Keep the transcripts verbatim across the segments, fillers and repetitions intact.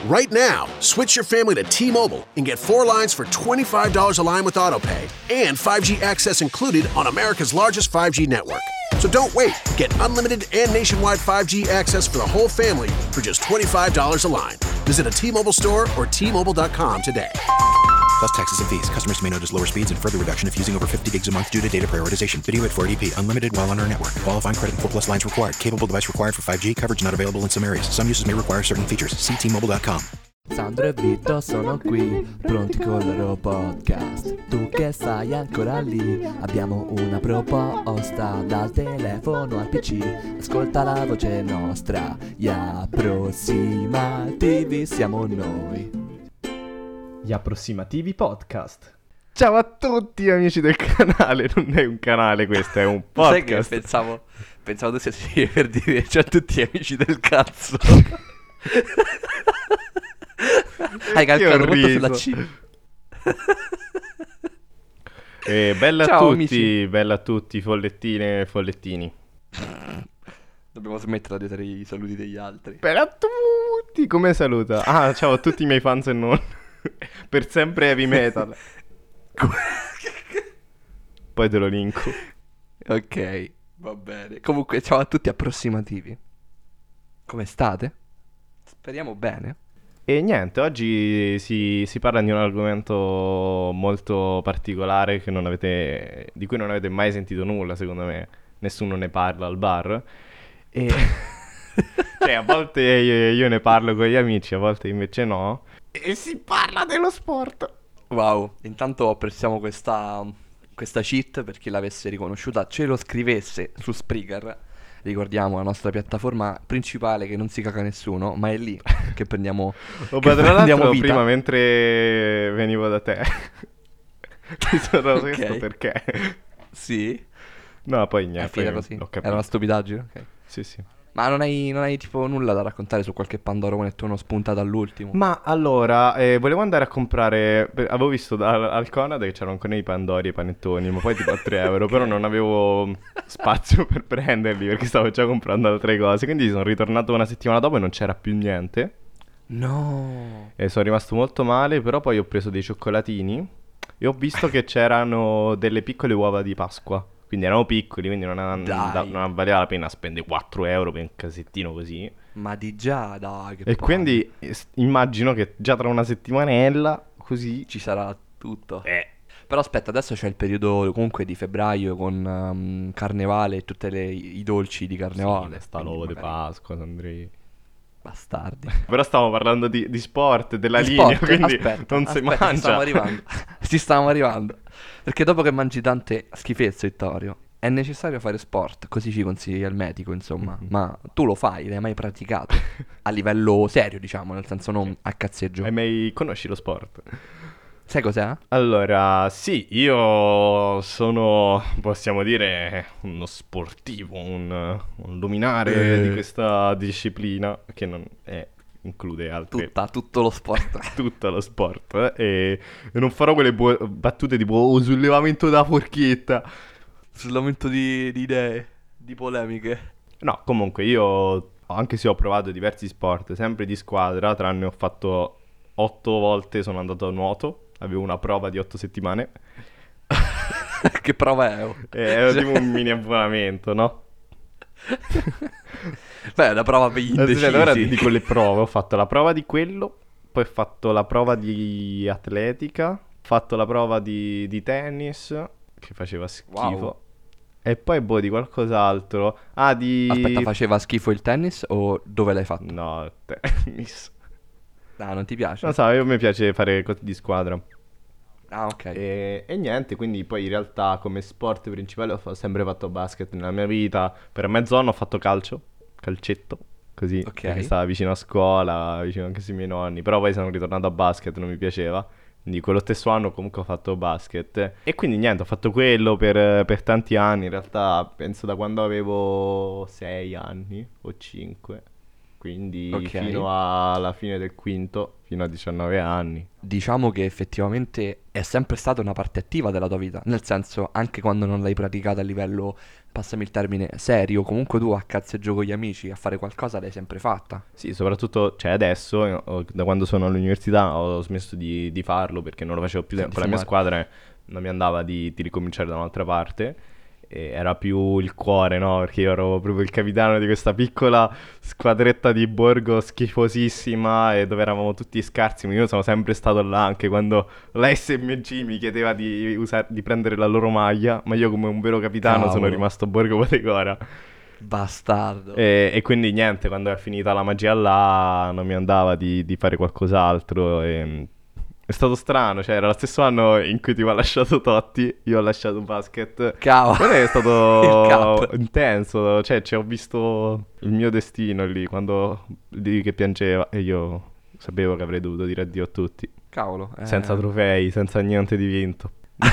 Right now, switch your family to T-Mobile and get four lines for twenty-five dollars a line with AutoPay and five G access included on America's largest five G network. So don't wait. Get unlimited and nationwide five G access for the whole family for just twenty-five dollars a line. Visit a T-Mobile store or T Mobile dot com today. Plus taxes and fees. Customers may notice lower speeds and further reduction if using over fifty gigs a month due to data prioritization. Video at four eighty p. Unlimited while on our network. Qualifying credit and four plus lines required. Capable device required for five G. Coverage not available in some areas. Some uses may require certain features. See T Mobile dot com. Sandro e Vito sono qui, pronti con il loro podcast. Tu che stai ancora lì, abbiamo una proposta. Dal telefono al P C, ascolta la voce nostra. Gli approssimativi siamo noi. Gli approssimativi podcast. Ciao a tutti amici del canale. Non è un canale questo, è un podcast. Sai che pensavo Pensavo tu stessi per dire ciao a tutti amici del cazzo. Hai calcolato molto sulla C. eh, Bella Ciao, a tutti, amici. bella a tutti, follettine e follettini. Dobbiamo smettere di dare i saluti degli altri. Bella a tutti, come saluta? Ah, ciao a tutti i miei fans e non. Per sempre heavy metal. Poi te lo linko. Ok, va bene. Comunque ciao a tutti approssimativi. Come state? Speriamo bene. E niente, oggi si, si parla di un argomento molto particolare che non avete, di cui non avete mai sentito nulla, secondo me. Nessuno ne parla al bar. E cioè, a volte io, io ne parlo con gli amici, a volte invece no. E si parla dello sport. Wow, intanto apprezziamo questa, questa cheat. Per chi l'avesse riconosciuta, ce lo scrivesse su Spreaker. Ricordiamo la nostra piattaforma principale che non si caga nessuno, ma è lì che prendiamo, Oh, che ma tra prendiamo l'altro vita. prima mentre venivo da te mi sono Ok. chiesto perché. Sì, No, poi è niente, finita poi così. l'ho capito. Era una stupidaggine, ok. Sì, sì. Ma non hai, non hai tipo nulla da raccontare su qualche Pandoro tu uno spuntato all'ultimo? Ma allora, eh, volevo andare a comprare. per- Avevo visto da- al Conad che c'erano ancora i pandori e i panettoni, ma poi tipo a tre euro. Però non avevo spazio per prenderli perché stavo già comprando altre cose. Quindi sono ritornato una settimana dopo e non c'era più niente. No. E sono rimasto molto male. Però poi ho preso dei cioccolatini e ho visto che c'erano delle piccole uova di Pasqua. Quindi erano piccoli, quindi non, Dai. da- non valeva la pena spendere quattro euro per un casettino così. Ma di già, dai, che E palle. quindi eh, s- immagino che già tra una settimanella, così. Ci sarà tutto. Eh. Però aspetta, adesso c'è il periodo comunque di febbraio con um, Carnevale e tutti i dolci di Carnevale. Sta Quindi l'uovo di magari- Pasqua, Andrei. Bastardi. Però stavo parlando di, di sport, della Di linea, sport, quindi aspetta, non si aspetta, Ci mangia. stiamo arrivando. Ci stiamo arrivando. Perché dopo che mangi tante schifezze, Vittorio, è necessario fare sport. Così ci consiglia il medico, insomma. Mhm. Ma tu lo fai, l'hai mai praticato? A livello serio, diciamo, nel senso non a cazzeggio. Hai mai conosci lo sport? Sai cos'è? Allora, sì, io sono, possiamo dire, uno sportivo, un, un luminare Eh. di questa disciplina che non è, include altre Tutta, tutto lo sport. tutto lo sport eh, e, e non farò quelle bu- battute tipo oh, sollevamento da forchetta. Sull'aumento di, di idee, di polemiche. No, comunque io, anche se ho provato diversi sport, sempre di squadra, tranne ho fatto otto volte, sono andato a nuoto, avevo una prova di otto settimane, Che prova è? oh? e era tipo un mini abbonamento, no? Beh, è una prova per gli Adesso, cioè, ora ti indecisi. dico le prove, ho fatto la prova di quello, poi ho fatto la prova di atletica, ho fatto la prova di, di tennis, che faceva schifo, Wow. e poi boh, di qualcos'altro, ah, di... Aspetta, faceva schifo il tennis o dove l'hai fatto? No, tennis. Ah, non ti piace? Non so, a me piace fare cose di squadra. Ah, ok. E, e niente, quindi poi in realtà come sport principale ho fa- sempre fatto basket nella mia vita. Per mezz'anno ho fatto calcio, calcetto, così, Ok. perché stava vicino a scuola, vicino anche ai miei nonni. Però poi sono ritornato a basket, non mi piaceva. Quindi quello stesso anno comunque ho fatto basket. E quindi niente, ho fatto quello per, per tanti anni. In realtà penso da quando avevo sei anni o cinque. quindi Ok. fino alla fine del quinto, fino a diciannove anni. Diciamo che effettivamente è sempre stata una parte attiva della tua vita, nel senso anche quando non l'hai praticata a livello, passami il termine, serio, comunque tu a cazzeggio con gli amici a fare qualcosa l'hai sempre fatta. Sì, soprattutto, cioè adesso, eh, ho- da quando sono all'università ho smesso di, di farlo perché non lo facevo più Di con la mia fumare. squadra, eh, non mi andava di, di ricominciare da un'altra parte. E era più il cuore, no? Perché io ero proprio il capitano di questa piccola squadretta di borgo schifosissima e dove eravamo tutti scarsi. Ma io sono sempre stato là anche quando la S M G mi chiedeva di, usare, di prendere la loro maglia, ma io come un vero capitano sono Cavolo. rimasto a Borgo Pategora. Bastardo. E, e quindi niente, quando è finita la magia là non mi andava di, di fare qualcos'altro. E, è stato strano, cioè era lo stesso anno in cui ti ho lasciato Totti, io ho lasciato basket. Cavolo. Quello è Il stato cap. intenso, cioè ci ho visto il mio destino lì, quando lì che piangeva e io sapevo che avrei dovuto dire addio a tutti, Cavolo. eh. senza trofei, senza niente di vinto.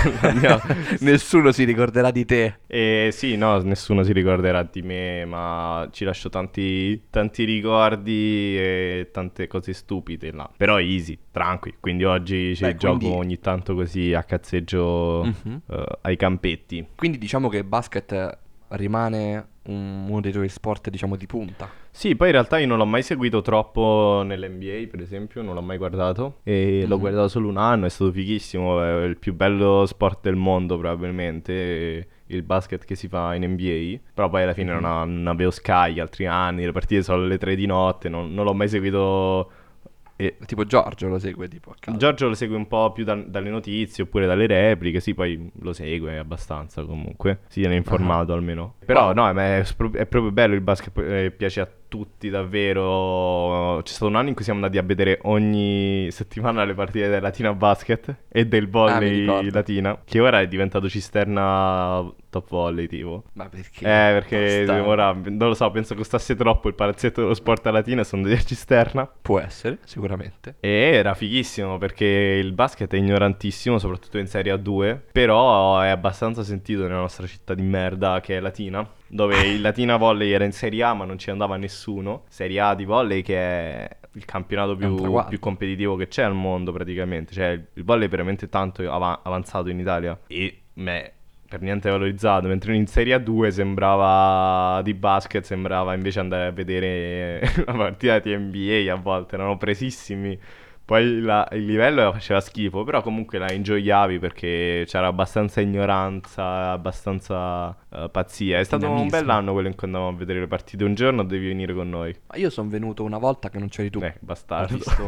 Nessuno si ricorderà di te. E sì, no, nessuno si ricorderà di me, ma ci lascio tanti, tanti ricordi e tante cose stupide là. Però easy, tranqui. Quindi oggi ci Beh, gioco quindi- ogni tanto così a cazzeggio Mhm. eh, ai campetti. Quindi diciamo che basket rimane un- uno dei tuoi sport, diciamo, di punta. Sì, poi in realtà io non l'ho mai seguito troppo nell'N B A, per esempio, non l'ho mai guardato. E l'ho Mhm. guardato solo un anno, è stato fighissimo, è il più bello sport del mondo probabilmente, e- il basket che si fa in N B A. Però poi alla fine Mhm. non, ha- non avevo Sky altri anni, le partite sono alle tre di notte, non, non l'ho mai seguito. E Tipo Giorgio lo segue tipo a caso. Giorgio lo segue un po' più da- dalle notizie oppure dalle repliche, sì, poi lo segue abbastanza comunque, si viene informato almeno. Però Wow. no, ma è, spro- è proprio bello il basket, eh, piace a tutti davvero. C'è stato un anno in cui siamo andati a vedere ogni settimana le partite del Latina Basket e del Ah, mi volley ricordo. Latina, che ora è diventato cisterna top volley tipo. Ma perché? Eh, perché Bastardo. ora, non lo so, penso costasse troppo il palazzetto dello sport a Latina e sono andati a cisterna. Può essere, sicuramente. E era fighissimo perché il basket è ignorantissimo, soprattutto in Serie A due, però è abbastanza sentito nella nostra città di merda che è Latina, dove il Latina Volley era in Serie A ma non ci andava nessuno. Serie A di volley che è il campionato È un più, traguardo. più competitivo che c'è al mondo praticamente, cioè il volley è veramente tanto av- avanzato in Italia e me per niente valorizzato, mentre in Serie A due sembrava di basket, sembrava invece andare a vedere la partita di N B A a volte, erano presissimi. Poi la- il livello faceva schifo, però comunque la injoyavi perché c'era abbastanza ignoranza, abbastanza eh, pazzia. È stato un Dinamismo. bell'anno quello in cui andavamo a vedere le partite. Un giorno devi venire con noi. Ma io sono venuto una volta che non c'eri tu. Eh, Ho bastardo. visto...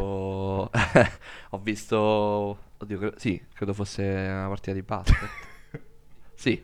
Ho visto... Oddio, cre- sì, credo fosse una partita di basket. Sì.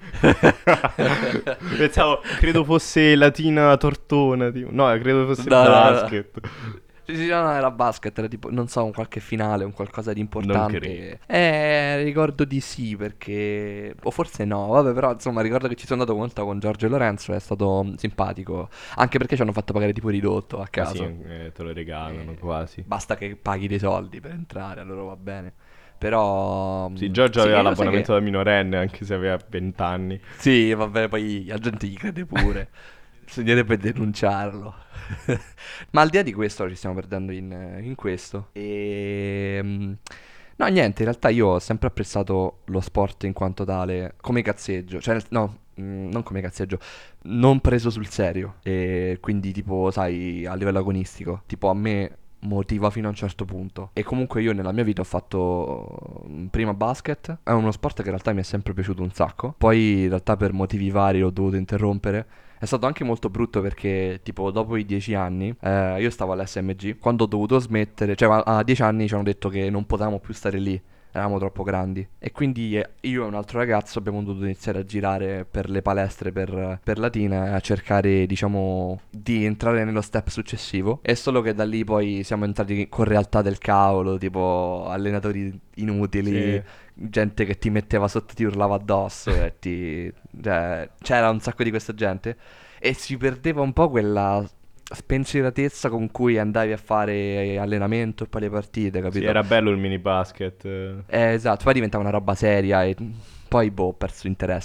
Pensavo, credo fosse Latina Tortona, tipo. No, credo fosse No, no, no, no. basket. Sì, sì, no, no, era basket, era tipo, non so, un qualche finale, un qualcosa di credo. importante. Eh, ricordo di sì, perché... O forse no, vabbè, però insomma ricordo che ci sono andato conto con Giorgio e Lorenzo, è stato mm, simpatico. Anche perché ci hanno fatto pagare tipo ridotto a Ah, caso. sì, eh, te lo regalano Eh, quasi. Basta che paghi dei soldi per entrare, allora va bene. Però... Sì, mm, Giorgio sì, aveva lo sai l'abbonamento che- da minorenne, anche se aveva venti anni. Sì, vabbè, poi la gente gli crede pure. Bisognerebbe denunciarlo. Ma al di là di questo, ci stiamo perdendo in, in questo. E... mm, No, niente, in realtà io ho sempre apprezzato lo sport in quanto tale, come cazzeggio. Cioè, nel- no, mm, non come cazzeggio, non preso sul serio. E quindi, tipo, sai, a livello agonistico. Tipo, a me motiva fino a un certo punto. E comunque io nella mia vita ho fatto mm, prima basket. È uno sport che in realtà mi è sempre piaciuto un sacco. Poi in realtà per motivi vari l'ho dovuto interrompere. È stato anche molto brutto perché tipo dopo i dieci anni eh, io stavo all'S M G. Quando ho dovuto smettere, cioè a a dieci anni ci hanno detto che non potevamo più stare lì. Eravamo troppo grandi. E quindi eh, io e un altro ragazzo abbiamo dovuto iniziare a girare per le palestre per, per Latina, a cercare, diciamo, di entrare nello step successivo. E solo che da lì poi siamo entrati con realtà del cavolo, tipo allenatori inutili, Sì. gente che ti metteva sotto, ti urlava addosso e ti... cioè, c'era un sacco di questa gente. E si perdeva un po' quella spensieratezza con cui andavi a fare allenamento e poi le partite, capito? Sì, era bello il mini basket. eh. Eh, esatto, poi diventava una roba seria e poi boh, ho perso interesse.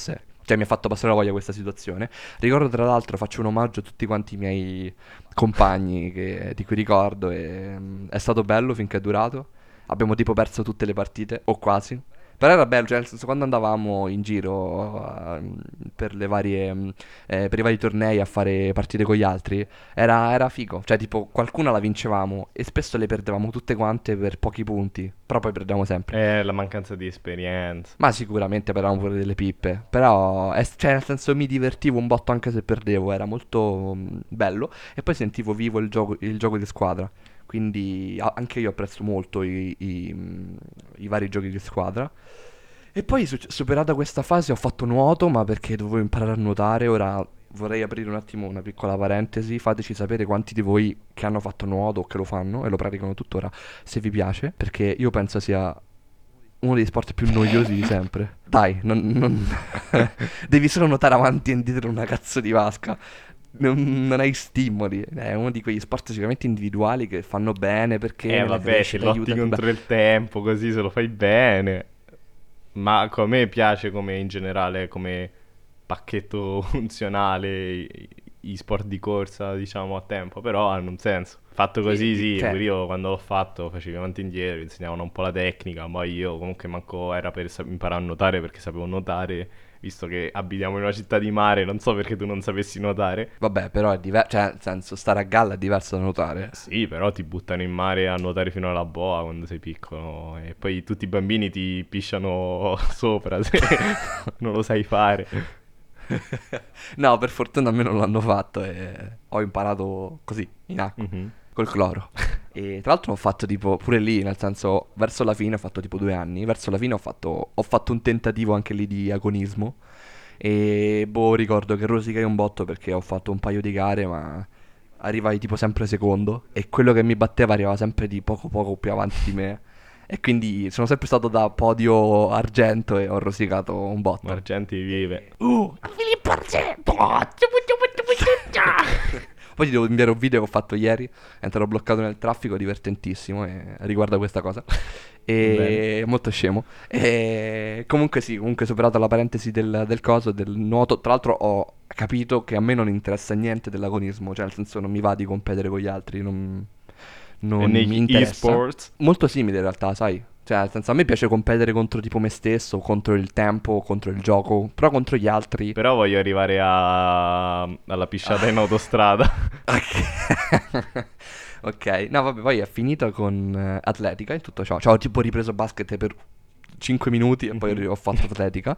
Cioè mi ha fatto passare la voglia questa situazione. Ricordo tra l'altro, faccio un omaggio a tutti quanti i miei compagni che- di cui ricordo e mm, è stato bello finché è durato. Abbiamo tipo perso tutte le partite, o quasi. Però era bello, cioè nel senso quando andavamo in giro eh, per le varie, mm, eh, per i vari tornei a fare partite con gli altri, era, era figo. Cioè tipo qualcuna la vincevamo e spesso le perdevamo tutte quante per pochi punti, però poi perdevamo sempre. È la mancanza di esperienza. Ma sicuramente avevamo pure delle pippe. Però, è- cioè, nel senso, mi divertivo un botto anche se perdevo. Era molto mm, bello. E poi sentivo vivo il gioco, il gioco di squadra. Quindi a- anche io apprezzo molto i, i, mm, i vari giochi di squadra. E poi, su- superata questa fase, ho fatto nuoto, ma perché dovevo imparare a nuotare. Ora vorrei aprire un attimo una piccola parentesi. Fateci sapere quanti di voi che hanno fatto nuoto o che lo fanno e lo praticano tuttora, se vi piace, perché io penso sia uno degli sport più noiosi di sempre. Dai, non, non- devi solo nuotare avanti e indietro in una cazzo di vasca. Non, non hai stimoli. È uno di quegli sport sicuramente individuali che fanno bene perché Eh nella vabbè, se crescita lotti aiuta. contro il tempo, così se lo fai bene. Ma a me piace come in generale, come pacchetto funzionale, i, i sport di corsa, diciamo, a tempo, però hanno un senso. Fatto così, Sì, sì, cioè- pure io quando l'ho fatto facevi avanti e indietro, insegnavano un po' la tecnica, poi io comunque manco era per sa- imparare a nuotare perché sapevo nuotare, visto che abitiamo in una città di mare, non so perché tu non sapessi nuotare. Vabbè, però è diverso. Cioè, nel senso, stare a galla è diverso da nuotare. Sì, però ti buttano in mare a nuotare fino alla boa quando sei piccolo e poi tutti i bambini ti pisciano sopra se non lo sai fare. No, per fortuna a me non l'hanno fatto e ho imparato così, in acqua, Mhm. col cloro. E tra l'altro ho fatto tipo, pure lì, nel senso, verso la fine ho fatto tipo due anni, verso la fine ho fatto, ho fatto un tentativo anche lì di agonismo. E boh, ricordo che rosicai un botto perché ho fatto un paio di gare, ma arrivai tipo sempre secondo e quello che mi batteva arrivava sempre di poco poco più avanti di me. E quindi sono sempre stato da podio argento e ho rosicato un botto. Argenti vive. Uh, Filippo Argento! Poi ti devo inviare un video che ho fatto ieri, ero bloccato nel traffico, divertentissimo e riguarda questa cosa. E molto scemo. E comunque sì, comunque superata la parentesi del, del coso, del nuoto. Tra l'altro ho capito che a me non interessa niente dell'agonismo, cioè nel senso non mi va di competere con gli altri, non, non E mi negli interessa. e-sports? Molto simile in realtà, sai. Cioè, nel senso, a me piace competere contro tipo me stesso, contro il tempo, contro il gioco, però contro gli altri. Però voglio arrivare a... alla pisciata in autostrada. Ok. Ok, no vabbè, poi è finita con eh, atletica in tutto ciò. Cioè, ho tipo ripreso basket per cinque minuti e poi Mhm. ho fatto atletica.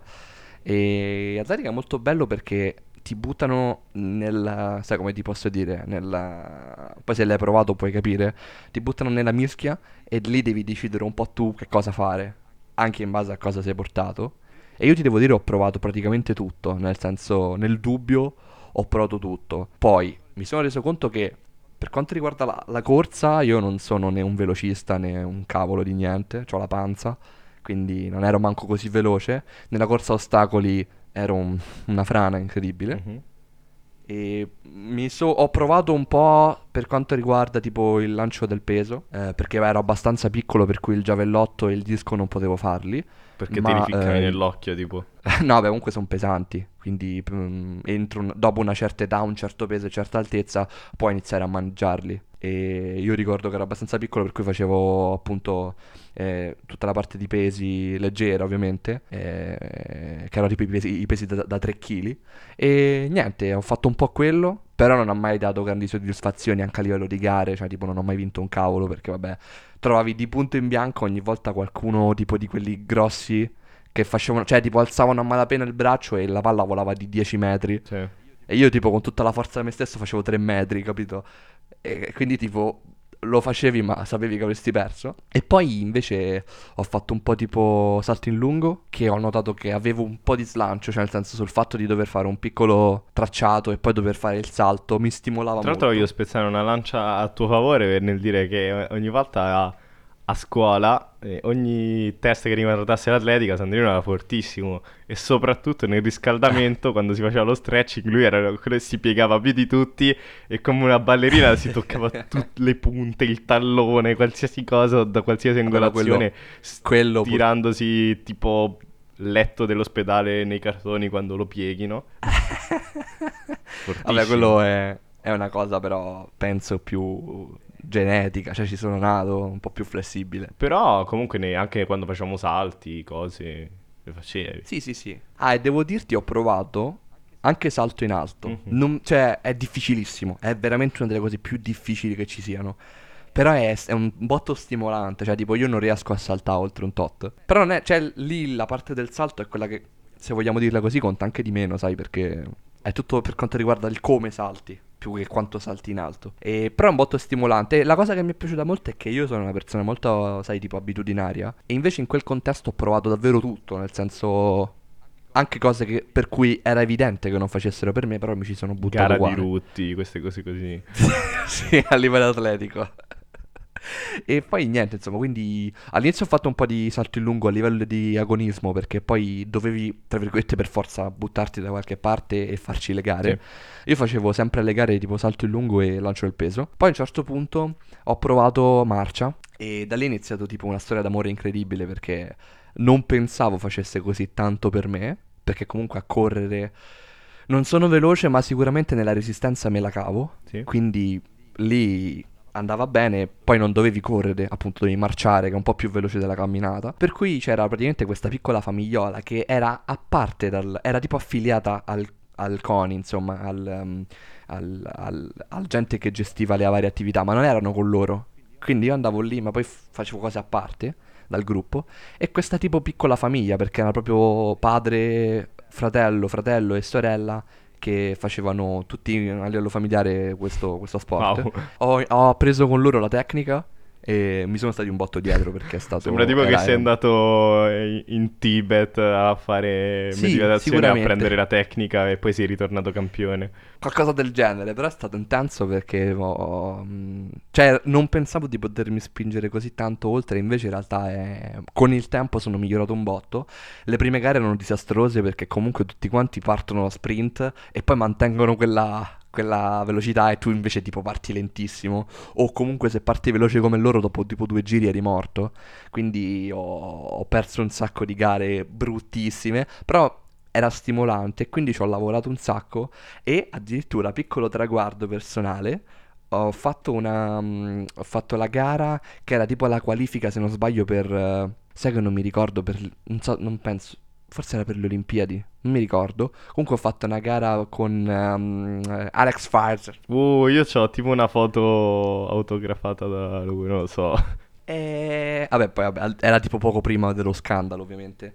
E atletica è molto bello perché ti buttano nel... sai come ti posso dire? Nella... Poi se l'hai provato puoi capire. Ti buttano nella mischia e lì devi decidere un po' tu che cosa fare, anche in base a cosa sei portato. E io ti devo dire ho provato praticamente tutto, nel senso, nel dubbio ho provato tutto. Poi mi sono reso conto che per quanto riguarda la, la corsa, io non sono né un velocista né un cavolo di niente, ho la panza, quindi non ero manco così veloce. Nella corsa a ostacoli ero un- una frana incredibile. Mhm. E mi so- ho provato un po' per quanto riguarda tipo il lancio del peso, eh, perché ero abbastanza piccolo per cui il giavellotto e il disco non potevo farli. Perché Ma, te li ficcavi eh, nell'occhio, tipo. No, beh, comunque sono pesanti, quindi mm, entro un- dopo una certa età, un certo peso e certa altezza, puoi iniziare a mangiarli. E io ricordo che ero abbastanza piccolo, per cui facevo appunto eh, tutta la parte di pesi leggera, ovviamente, eh, che erano tipo i pesi, i pesi da, da tre chili. E niente, ho fatto un po' quello, però non ha mai dato grandi soddisfazioni anche a livello di gare, cioè tipo non ho mai vinto un cavolo, perché vabbè, trovavi di punto in bianco ogni volta qualcuno tipo di quelli grossi che facevano, cioè tipo alzavano a malapena il braccio e la palla volava di dieci metri. Sì. E io tipo con tutta la forza di me stesso facevo tre metri, capito? E quindi tipo lo facevi ma sapevi che avresti perso. E poi invece ho fatto un po' tipo salto in lungo, che ho notato che avevo un po' di slancio, cioè nel senso sul fatto di dover fare un piccolo tracciato e poi dover fare il salto mi stimolava Tra l'altro molto. voglio spezzare una lancia a tuo favore per- nel dire che ogni volta a, a scuola eh, ogni test che riguardasse l'atletica Sandrino era fortissimo e soprattutto nel riscaldamento quando si faceva lo stretching lui era quello che si piegava più di tutti e come una ballerina si toccava tutte le punte, il tallone, qualsiasi cosa da qualsiasi Allora, quello- angolazione quello pur- tirandosi tipo letto dell'ospedale nei cartoni quando lo pieghino. Vabbè, quello è, è una cosa però penso più genetica, cioè ci sono nato un po' più flessibile. Però comunque ne- anche quando facciamo salti, cose, le facevi. Sì, sì, sì. Ah, e devo dirti, ho provato anche salto in alto. Mhm. Non- cioè, è difficilissimo. È veramente una delle cose più difficili che ci siano. Però è, è un botto stimolante. Cioè, tipo, io non riesco a saltare oltre un tot. Però non è, cioè, lì la parte del salto è quella che, se vogliamo dirla così, conta anche di meno, sai, perché è tutto per quanto riguarda il come salti, più che quanto salti in alto. E, però è un botto stimolante. E la cosa che mi è piaciuta molto è che io sono una persona molto, sai, tipo abitudinaria. E invece in quel contesto ho provato davvero tutto, nel senso anche cose che, per cui era evidente che non facessero per me, però mi ci sono buttato Gara uguale. di rutti, queste cose così. Sì, a livello atletico. E poi niente, insomma, quindi all'inizio ho fatto un po' di salto in lungo a livello di agonismo, perché poi dovevi, tra virgolette, per forza buttarti da qualche parte e farci le gare. Io facevo sempre le gare tipo salto in lungo e lancio del peso. Poi a un certo punto ho provato marcia e da lì è iniziato tipo una storia d'amore incredibile, perché non pensavo facesse così tanto per me, perché comunque a correre non sono veloce, ma sicuramente nella resistenza me la cavo. Sì. Quindi lì andava bene, poi non dovevi correre, appunto dovevi marciare, che è un po' più veloce della camminata. Per cui c'era praticamente questa piccola famigliola che era a parte dal... era tipo affiliata al, al CONI, insomma, al, um, al, al, al gente che gestiva le varie attività, ma non erano con loro. Quindi io andavo lì, ma poi f- facevo cose a parte dal gruppo. E questa tipo piccola famiglia, perché era proprio padre, fratello, fratello e sorella che facevano tutti a livello familiare questo, questo sport. Wow. Ho, ho appreso con loro la tecnica e mi sono stati un botto dietro, perché è stato... Sembra tipo che era- sei andato in in Tibet a fare Sì, meditazione, a sicuramente. prendere la tecnica e poi sei ritornato campione. Qualcosa del genere, però è stato intenso perché ho, mh, cioè non pensavo di potermi spingere così tanto oltre, invece in realtà è- con il tempo sono migliorato un botto. Le prime gare erano disastrose perché comunque tutti quanti partono a sprint e poi mantengono quella, quella velocità e tu invece tipo parti lentissimo, o comunque se parti veloce come loro dopo tipo due giri eri morto. Quindi ho, ho perso un sacco di gare bruttissime, però era stimolante e quindi ci ho lavorato un sacco. E addirittura, piccolo traguardo personale, ho fatto una mm, ho fatto la gara che era tipo la qualifica, se non sbaglio, per eh, sai che non mi ricordo, per l- non so, non penso, forse era per le Olimpiadi, non mi ricordo. Comunque ho fatto una gara con ehm, eh, Alex Pfizer. Uh, io ho tipo una foto autografata da lui, non lo so. E vabbè, poi vabbè, al- era tipo poco prima dello scandalo, ovviamente.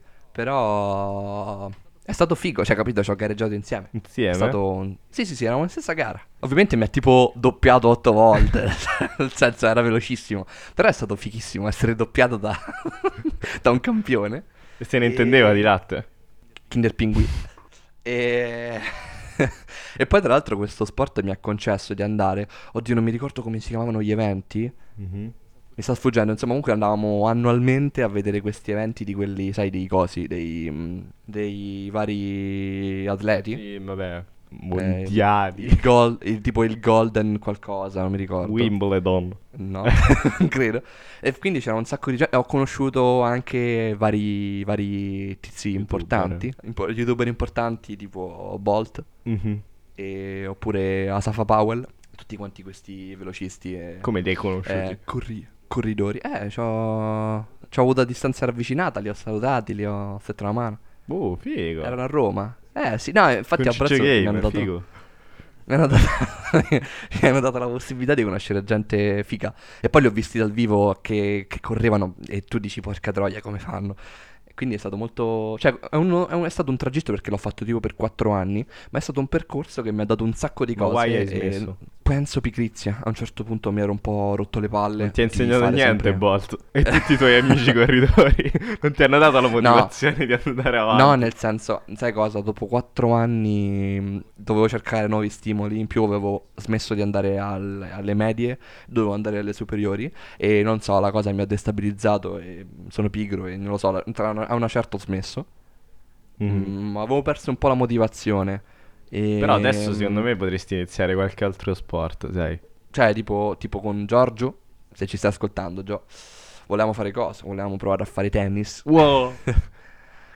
Però è stato figo, cioè, capito? Ci ho gareggiato insieme. Insieme? È stato un... Sì, sì, sì, eravamo in stessa gara. Ovviamente mi ha tipo doppiato otto volte. Nel senso, era velocissimo. Però è stato fighissimo essere doppiato da, da un campione. E se ne intendeva di latte. Kinder Pinguì. E... e poi tra l'altro questo sport mi ha concesso di andare... Oddio, non mi ricordo come si chiamavano gli eventi. Mhm. Mi sta sfuggendo, insomma, comunque andavamo annualmente a vedere questi eventi di quelli, sai, dei cosi, dei, mh, dei vari atleti. Sì, vabbè, Eh, mondiali. il gol- il- tipo il Golden qualcosa, non mi ricordo. Wimbledon. No, non credo. E quindi c'era un sacco di gente. Ho conosciuto anche vari, vari tizi importanti, impo- youtuber importanti tipo Bolt, Mhm. e- oppure Asafa Powell, tutti quanti questi velocisti e Come li hai conosciuti? eh, corri- corridori. Eh, c'ho, c'ho avuto a distanza ravvicinata, li ho salutati, li ho stretto la mano. Oh, figo. Erano a Roma. Eh sì, no, infatti Con a Brazzo Ciccio mi Gamer, hanno dato... figo. Mi hanno dato, mi hanno dato la possibilità di conoscere gente figa. E poi li ho visti dal vivo che, che correvano e tu dici porca troia come fanno. E quindi è stato molto... Cioè è, uno- è un- è stato un tragitto perché l'ho fatto tipo per quattro anni. Ma è stato un percorso che mi ha dato un sacco di Ma cose. why hai e- smesso? Penso pigrizia. A un certo punto mi ero un po' rotto le palle. Non ti ha di insegnato fare niente, sempre- Bolt. E tutti i tuoi amici corridori non ti hanno dato la motivazione di andare avanti. No, nel senso, sai cosa? Dopo quattro anni mh, dovevo cercare nuovi stimoli. In più avevo smesso di andare al- alle medie, dovevo andare alle superiori. E non so, la cosa mi ha destabilizzato e sono pigro e non lo so, tra una- a una certa ho smesso. Mhm. Mm, avevo perso un po' la motivazione. E, Però adesso secondo me potresti iniziare qualche altro sport, sai. Cioè, tipo, tipo con Giorgio, se ci stai ascoltando, Gio, volevamo fare cosa? Volevamo provare a fare tennis. Wow.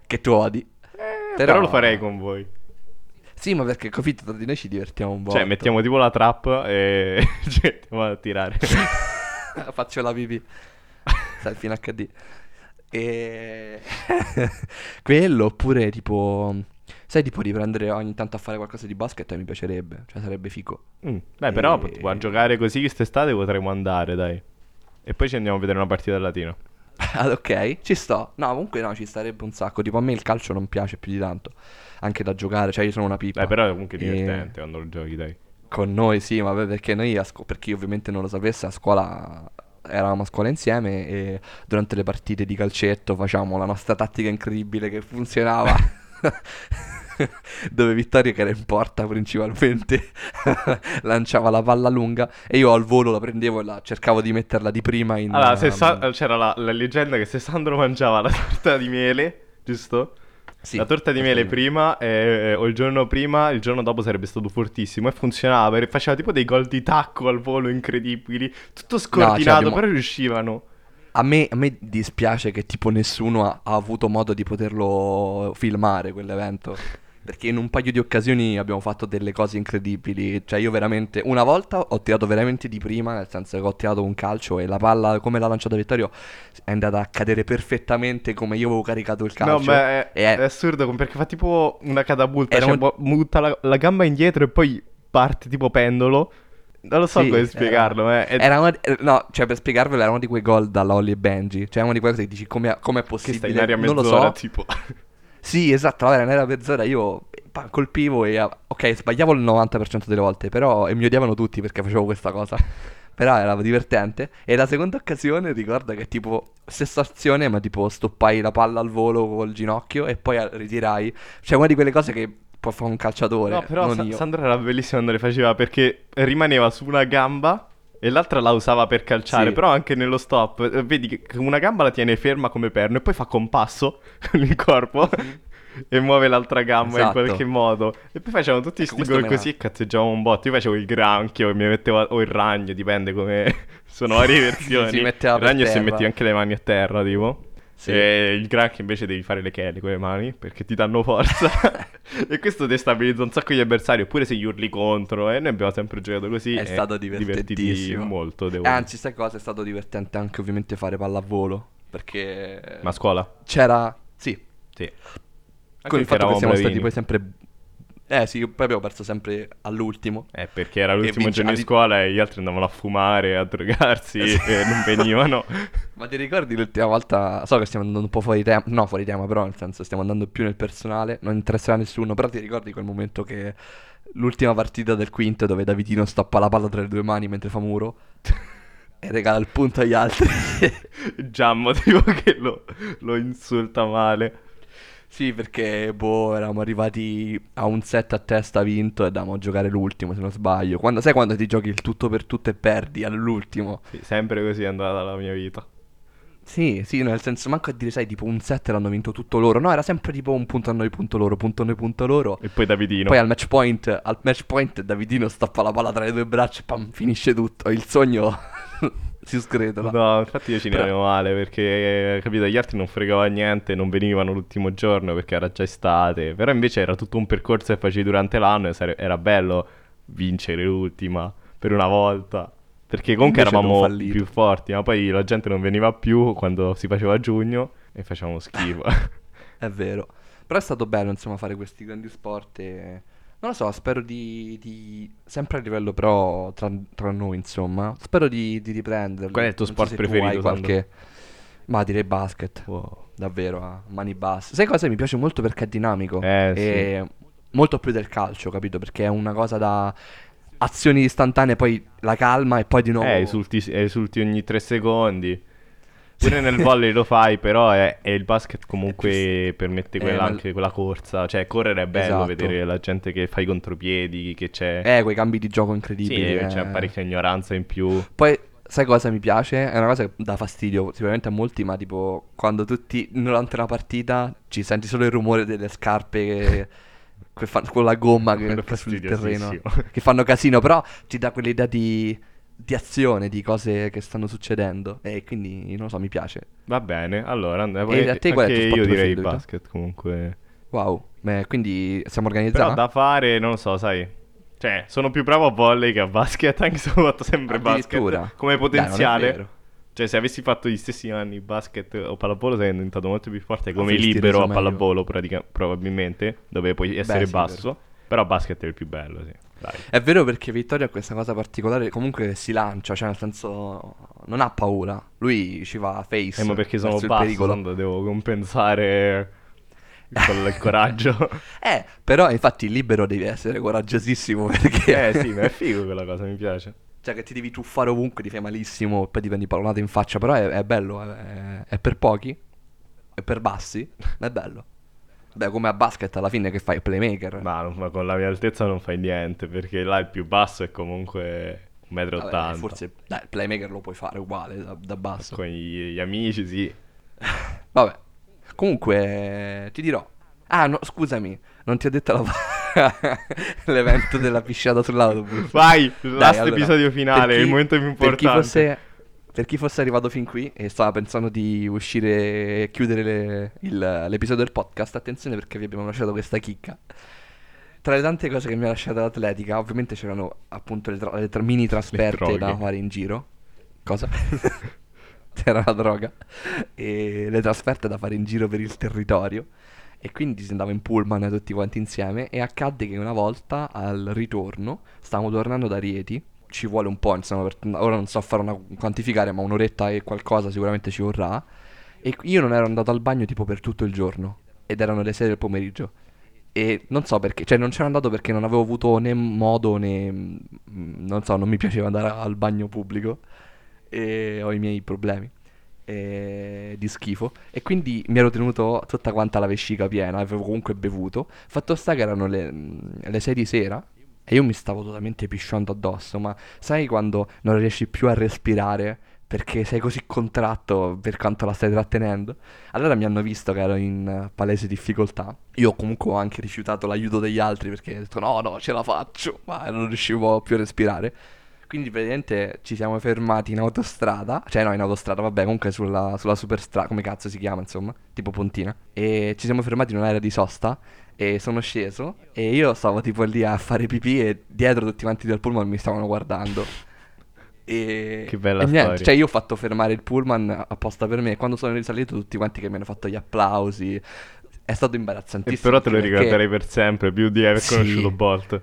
che tu odi. Però... lo farei con voi. Sì, ma perché capito, tra di noi ci divertiamo un po'. Cioè, mettiamo tipo la trap e ci mettiamo a tirare. Faccio la pipì. Selfie in acca di. E quello, oppure tipo, sai, tipo riprendere ogni tanto a fare qualcosa di basket, mi piacerebbe, cioè sarebbe figo. Mm, Beh, però E- tipo, a giocare così quest'estate potremmo andare, dai. E poi ci andiamo a vedere una partita del Latino. Ah, ok, ci sto. No, comunque no, ci starebbe un sacco. Tipo a me il calcio non piace più di tanto, anche da giocare, cioè io sono una pipa. Beh, però è comunque E- divertente quando lo giochi, dai. Con noi sì, ma beh, perché noi, a scu- per chi ovviamente non lo sapesse, a scuola eravamo a scuola insieme e durante le partite di calcetto facciamo la nostra tattica incredibile che funzionava. Dove Vittorio, che era in porta principalmente, lanciava la palla lunga e io al volo la prendevo e la cercavo di metterla di prima in... Allora, se um, Sa- c'era la, la leggenda che se Sandro mangiava la torta di miele, giusto? sì, La torta di miele prima eh, o il giorno prima, il giorno dopo sarebbe stato fortissimo e funzionava, perché faceva tipo dei gol di tacco al volo incredibili, tutto scordinato, abbiamo- però riuscivano. A me, a me dispiace che tipo nessuno ha, ha avuto modo di poterlo filmare quell'evento. Perché in un paio di occasioni abbiamo fatto delle cose incredibili. Cioè io veramente, una volta ho tirato veramente di prima, nel senso che ho tirato un calcio e la palla, come l'ha lanciata Vittorio, è andata a cadere perfettamente come io avevo caricato il calcio. No, ma è, E è assurdo perché fa tipo una catapulta, Era cioè un- bu- butta la, la gamba indietro e poi parte tipo pendolo. Non lo so Sì, come era- spiegarlo, eh. È- Era uno di- eh, no, cioè per spiegarvelo era uno di quei gol dalla Holly e Benji. Cioè uno di quelle cose che dici come è che possibile. sta in aria Non lo mezz'ora, so. tipo. Sì, esatto, allora era mezz'ora, io pa, colpivo e... ah, ok, sbagliavo il novanta per cento delle volte, però... E mi odiavano tutti perché facevo questa cosa. Però era divertente. E la seconda occasione, ricorda che tipo... Stessa azione, ma tipo stoppai la palla al volo col ginocchio e poi ah, ritirai. Cioè una di quelle cose che può fare un calciatore, No, però non Sa- io. Sandro era bellissimo quando le faceva perché rimaneva su una gamba e l'altra la usava per calciare. Sì. Però anche nello stop, eh, vedi che una gamba la tiene ferma come perno e poi fa compasso con il corpo e muove l'altra gamba Esatto. in qualche modo. E poi facevano tutti Ecco, sti questo gol me la- così e cazzeggiavamo un botto. Io facevo il granchio e mi mettevo a- o il ragno, dipende come sono varie versioni. Si metteva il per ragno se terra. metti anche le mani a terra, tipo. Sì. E il granchio invece devi fare le chele con le mani perché ti danno forza. E questo destabilizza un sacco gli avversari. Oppure se gli urli contro. E noi abbiamo sempre giocato così. È e stato divertiti divertentissimo. molto, devo E anzi, sai cosa? È stato divertente anche ovviamente fare pallavolo. Perché... dire. Ma a scuola? C'era... Sì, Sì. con il Anche fatto che eravamo siamo stati bravini. poi sempre... Eh sì, poi abbiamo perso sempre all'ultimo. Eh, perché era l'ultimo vince- giorno di adi- scuola e gli altri andavano a fumare, a drogarsi e non venivano. Ma ti ricordi l'ultima volta? So che stiamo andando un po' fuori tema. No, fuori tema, però nel senso stiamo andando più nel personale. Non interesserà a nessuno. Però ti ricordi quel momento che l'ultima partita del quinto dove Davidino stappa la palla tra le due mani mentre fa muro e regala il punto agli altri. Giammo, tipo che lo, lo insulta male. Sì, perché boh, eravamo arrivati a un set a testa vinto e andavamo a giocare l'ultimo, se non sbaglio. Quando, sai quando ti giochi il tutto per tutto e perdi all'ultimo? Sì, sempre così è andata la mia vita. Sì, sì, nel senso, manco a dire, sai, tipo un set l'hanno vinto tutto loro. No, era sempre tipo un punto a noi, punto loro, punto a noi, punto loro. E poi Davidino. Poi al match point, al match point Davidino stappa la palla tra le due braccia e pam, finisce tutto. Il sogno si sgretola. No, infatti io ci ne Però- avevo male perché, capito, gli altri non fregava niente, non venivano l'ultimo giorno perché era già estate. Però invece era tutto un percorso che facevi durante l'anno e sare- era bello vincere l'ultima per una volta. Perché comunque Invece abbiamo eravamo fallito. più forti, ma poi la gente non veniva più quando si faceva a giugno e facevamo schifo. È vero. Però è stato bello, insomma, fare questi grandi sport e... Non lo so, spero di... di- sempre a livello però tra, tra noi, insomma. Spero di, di riprenderli. Qual è il tuo Non so sport se tu preferito, hai qualche... Ma direi basket. Wow. Davvero, a mani basse. Sai cosa? Mi piace molto perché è dinamico. Eh, e molto più del calcio, capito? Perché è una cosa da... Azioni istantanee, poi la calma e poi di nuovo... Eh, esulti, esulti ogni tre secondi. Pure nel volley lo fai, però è, è il basket comunque permette quella, Eh, ma- anche quella corsa. Cioè, correre è bello, Esatto. vedere la gente che fa i contropiedi, che c'è... Eh, quei cambi di gioco sì, incredibili. eh. c'è parecchia ignoranza in più. Poi, sai cosa mi piace? È una cosa che dà fastidio sicuramente a molti, ma tipo quando tutti durante una partita ci senti solo il rumore delle scarpe che, che fanno con la gomma che, Quello che sul fastidiosissimo. terreno, che fanno casino, però ti dà quell'idea di di azione, di cose che stanno succedendo. E quindi, non lo so, mi piace. Va bene, allora andiamo. E a te qual è il tuo Anche sport io direi preferito, basket comunque. Wow, beh, quindi siamo organizzati? Però da fare, non lo so, sai. Cioè, sono più bravo a volley che a basket, anche se ho fatto sempre Addirittura? basket. Come Dai, non è potenziale. vero. Cioè, se avessi fatto gli stessi anni basket o pallavolo, sarei diventato molto più forte come Avresti libero reso a meglio. pallavolo, pratica- probabilmente, dove puoi essere sì, basso. Però basket è il più bello, sì. Dai. È vero, perché Vittorio ha questa cosa particolare, comunque si lancia, cioè nel senso non ha paura. Lui ci va a face. Eh, ma perché sono verso il basso, pericolo. tanto devo compensare con il coraggio. Eh, però infatti il libero devi essere coraggiosissimo perché... Eh sì, ma è figo quella cosa, mi piace. Cioè che ti devi tuffare ovunque, ti fai malissimo, poi ti prendi pallonate in faccia, però è, è bello, è, è per pochi, è per bassi, ma è bello. Beh, come a basket alla fine che fai playmaker. Ma, non- ma con la mia altezza non fai niente, perché là il più basso è comunque un metro e Vabbè, ottanta. forse dai, il playmaker lo puoi fare uguale da, da basso. Con gli, gli amici, sì. Vabbè, comunque ti dirò. Ah, no, scusami, non ti ho detto la... l'evento della pisciata sull'autobus. Vai, Dai, last allora, episodio finale, per chi- il momento più Per chi, importante. fosse, per chi fosse arrivato fin qui e stava pensando di uscire e chiudere le- il- l'episodio del podcast, attenzione perché vi abbiamo lasciato questa chicca. Tra le tante cose che mi ha lasciato l'atletica, ovviamente c'erano appunto le, tra- le tra- mini trasferte droghe. da fare in giro. Cosa? C'era la droga. E le trasferte da fare in giro per il territorio. E quindi si andava in pullman tutti quanti insieme. E accadde che una volta al ritorno, stavamo tornando da Rieti. Ci vuole un po', insomma, per- ora non so fare una quantificare, ma un'oretta e qualcosa sicuramente ci vorrà. E io non ero andato al bagno tipo per tutto il giorno. Ed erano le sei del pomeriggio. E non so perché, cioè non c'ero andato perché non avevo avuto né modo né, mm, non so, non mi piaceva andare al bagno pubblico. E ho i miei problemi e di schifo. E quindi mi ero tenuto tutta quanta la vescica piena, avevo comunque bevuto. Fatto sta che erano le, mm, le sei di sera e io mi stavo totalmente pisciando addosso. Ma sai quando non riesci più a respirare perché sei così contratto per quanto la stai trattenendo? Allora mi hanno visto che ero in eh, palese difficoltà. Io comunque ho anche rifiutato l'aiuto degli altri perché ho detto no, no, ce la faccio, ma non riuscivo più a respirare. Quindi praticamente ci siamo fermati in autostrada. Cioè no, in autostrada, vabbè, comunque sulla, sulla superstrada, come cazzo si chiama, insomma, tipo Pontina. E ci siamo fermati in un'area di sosta. E sono sceso e io stavo tipo lì a fare pipì e dietro tutti quanti del pullman mi stavano guardando. E, Che bella e niente, storia. cioè io ho fatto fermare il pullman apposta per me. E quando sono risalito tutti quanti che mi hanno fatto gli applausi. È stato E imbarazzantissimo. però te lo perché- ricorderai per sempre, più di aver Sì. conosciuto Bolt.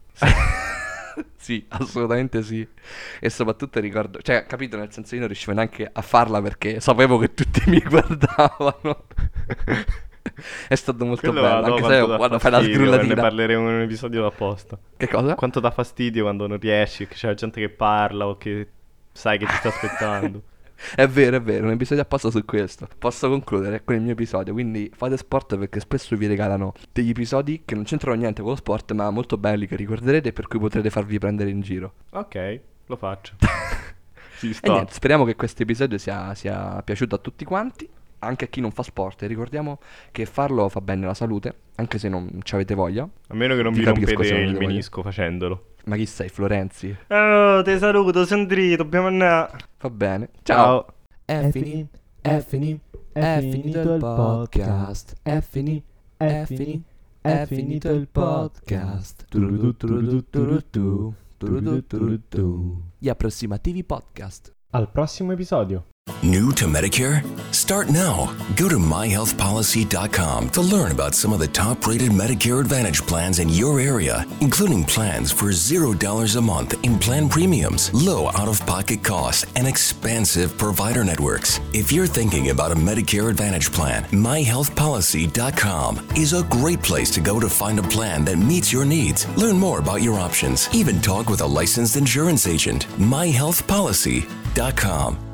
Sì, assolutamente sì. E soprattutto ricordo, cioè, capito, nel senso io non riuscivo neanche a farla perché sapevo che tutti mi guardavano. È stato molto Quello bello, no, anche se quanto dà quando fai la fastidio, Ne sgrullatina. parleremo in un episodio apposta. Che cosa? Quanto dà fastidio quando non riesci, che c'è gente che parla o che sai che ti sta aspettando. È vero, è vero, un episodio apposta su questo. Posso concludere con il mio episodio, quindi fate sport perché spesso vi regalano degli episodi che non c'entrano niente con lo sport, ma molto belli che ricorderete e per cui potrete farvi prendere in giro. Ok, lo faccio. Ci E sto. niente, speriamo che questo episodio sia, sia piaciuto a tutti quanti, anche a chi non fa sport. E ricordiamo che farlo fa bene alla salute, anche se non ci avete voglia. A meno che non Ti vi capisco rompete se non il avete voglia. menisco facendolo. Ma chi sei, Florenzi? Oh, ti saluto, Sandri, dobbiamo andare. Va bene. Ciao. È finì, è finì, è finito il podcast. È finì, è finì, è finito il podcast. Turudu, turudu, turudu, turudu, turudu. Gli approssimativi podcast. Al prossimo episodio. New to Medicare? Start now. Go to my health policy dot com to learn about some of the top-rated Medicare Advantage plans in your area, including plans for zero dollars a month in plan premiums, low out-of-pocket costs, and expansive provider networks. If you're thinking about a Medicare Advantage plan, my health policy dot com is a great place to go to find a plan that meets your needs. Learn more about your options, even talk with a licensed insurance agent. my health policy dot com.